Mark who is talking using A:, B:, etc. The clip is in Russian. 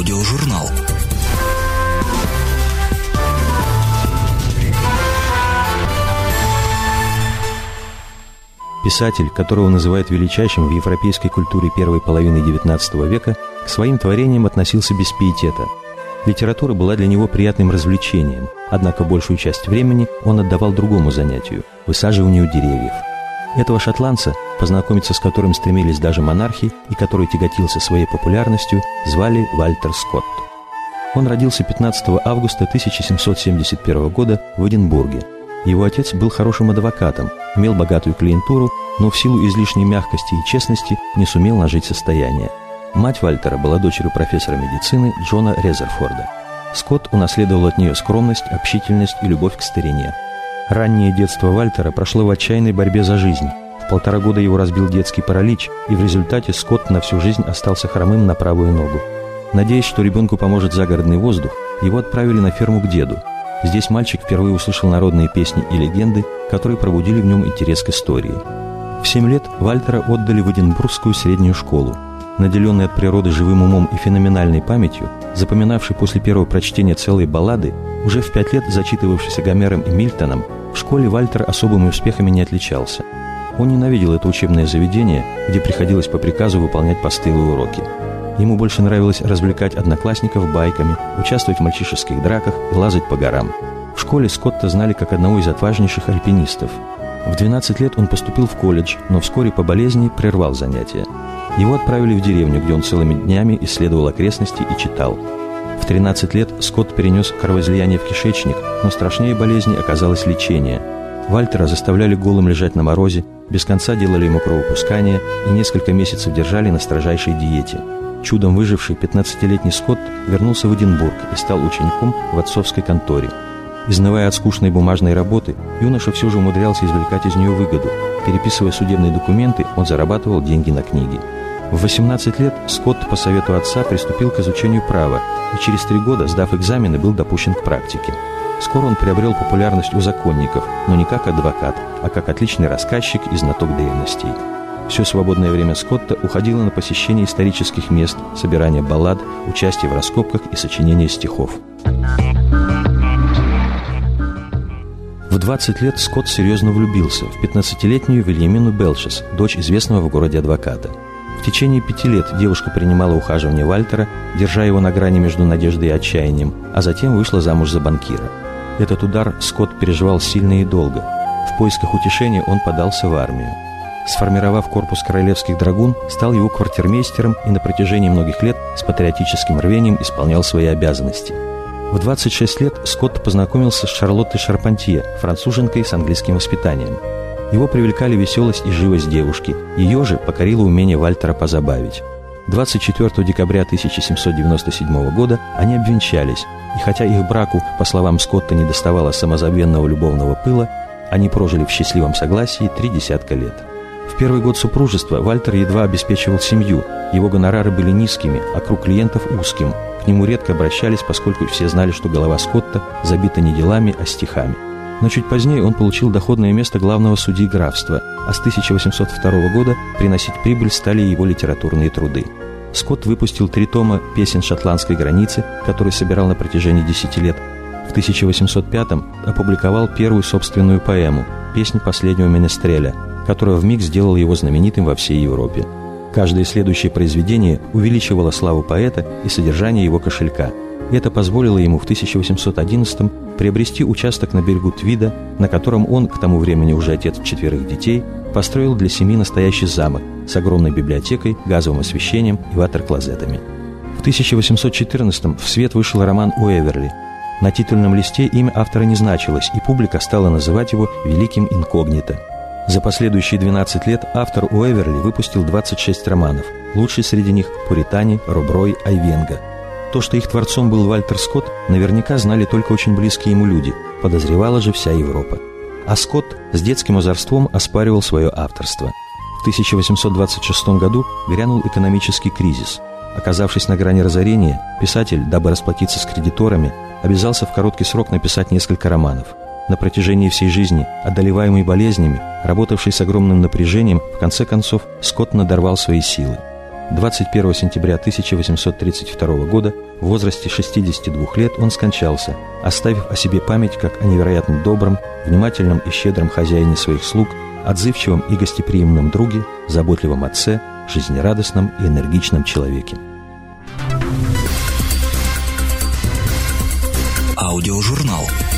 A: Аудиожурнал.
B: Писатель, которого называют величайшим в европейской культуре первой половины XIX века, к своим творениям относился без пиетета. Литература была для него приятным развлечением, однако большую часть времени он отдавал другому занятию – высаживанию деревьев. Этого шотландца, познакомиться с которым стремились даже монархи и который тяготился своей популярностью, звали Вальтер Скотт. Он родился 15 августа 1771 года в Эдинбурге. Его отец был хорошим адвокатом, имел богатую клиентуру, но в силу излишней мягкости и честности не сумел нажить состояние. Мать Вальтера была дочерью профессора медицины Джона Резерфорда. Скотт унаследовал от нее скромность, общительность и любовь к старине. Раннее детство Вальтера прошло в отчаянной борьбе за жизнь. В 1,5 года его разбил детский паралич, и в результате Скотт на всю жизнь остался хромым на правую ногу. Надеясь, что ребенку поможет загородный воздух, его отправили на ферму к деду. Здесь мальчик впервые услышал народные песни и легенды, которые пробудили в нем интерес к истории. В 7 лет Вальтера отдали в Эдинбургскую среднюю школу. Наделенный от природы живым умом и феноменальной памятью, запоминавший после первого прочтения целые баллады, уже в 5 лет зачитывавшийся Гомером и Мильтоном, в школе Вальтер особыми успехами не отличался. Он ненавидел это учебное заведение, где приходилось по приказу выполнять постылые уроки. Ему больше нравилось развлекать одноклассников байками, участвовать в мальчишеских драках и лазать по горам. В школе Скотта знали как одного из отважнейших альпинистов. В 12 лет он поступил в колледж, но вскоре по болезни прервал занятия. Его отправили в деревню, где он целыми днями исследовал окрестности и читал. В 13 лет Скотт перенес кровоизлияние в кишечник, но страшнее болезни оказалось лечение. Вальтера заставляли голым лежать на морозе, без конца делали ему кровопускание и несколько месяцев держали на строжайшей диете. Чудом выживший 15-летний Скотт вернулся в Эдинбург и стал учеником в отцовской конторе. Изнывая от скучной бумажной работы, юноша все же умудрялся извлекать из нее выгоду. Переписывая судебные документы, он зарабатывал деньги на книги. В 18 лет Скотт по совету отца приступил к изучению права и через 3 года, сдав экзамены, был допущен к практике. Скоро он приобрел популярность у законников, но не как адвокат, а как отличный рассказчик и знаток древностей. Все свободное время Скотта уходило на посещение исторических мест, собирание баллад, участие в раскопках и сочинение стихов. В 20 лет Скотт серьезно влюбился в 15-летнюю Вильямину Белшес, дочь известного в городе адвоката. В течение 5 лет девушка принимала ухаживание Вальтера, держа его на грани между надеждой и отчаянием, а затем вышла замуж за банкира. Этот удар Скотт переживал сильно и долго. В поисках утешения он подался в армию. Сформировав корпус королевских драгун, стал его квартирмейстером и на протяжении многих лет с патриотическим рвением исполнял свои обязанности. В 26 лет Скотт познакомился с Шарлоттой Шарпантье, француженкой с английским воспитанием. Его привлекали веселость и живость девушки, ее же покорило умение Вальтера позабавить. 24 декабря 1797 года они обвенчались, и хотя их браку, по словам Скотта, недоставало самозабвенного любовного пыла, они прожили в счастливом согласии 30 лет. В первый год супружества Вальтер едва обеспечивал семью, его гонорары были низкими, а круг клиентов узким. К нему редко обращались, поскольку все знали, что голова Скотта забита не делами, а стихами. Но чуть позднее он получил доходное место главного судьи графства, а с 1802 года приносить прибыль стали его литературные труды. Скотт выпустил 3 тома «Песен шотландской границы», которые собирал на протяжении 10 лет. В 1805-м опубликовал первую собственную поэму «Песнь последнего менестреля», которая вмиг сделала его знаменитым во всей Европе. Каждое следующее произведение увеличивало славу поэта и содержание его кошелька. Это позволило ему в 1811-м приобрести участок на берегу Твида, на котором он, к тому времени уже отец 4 детей, построил для семьи настоящий замок с огромной библиотекой, газовым освещением и ватер-клозетами. В 1814-м в свет вышел роман «Уэверли». На титульном листе имя автора не значилось, и публика стала называть его «Великим инкогнито». За последующие 12 лет автор Уэверли выпустил 26 романов, лучший среди них «Пуритане», «Роброй», «Айвенго». То, что их творцом был Вальтер Скотт, наверняка знали только очень близкие ему люди, подозревала же вся Европа. А Скотт с детским озорством оспаривал свое авторство. В 1826 году грянул экономический кризис. Оказавшись на грани разорения, писатель, дабы расплатиться с кредиторами, обязался в короткий срок написать несколько романов. На протяжении всей жизни, одолеваемый болезнями, работавший с огромным напряжением, в конце концов, Скотт надорвал свои силы. 21 сентября 1832 года в возрасте 62 лет он скончался, оставив о себе память как о невероятно добром, внимательном и щедром хозяине своих слуг, отзывчивом и гостеприимном друге, заботливом отце, жизнерадостном и энергичном человеке.
A: Аудиожурнал.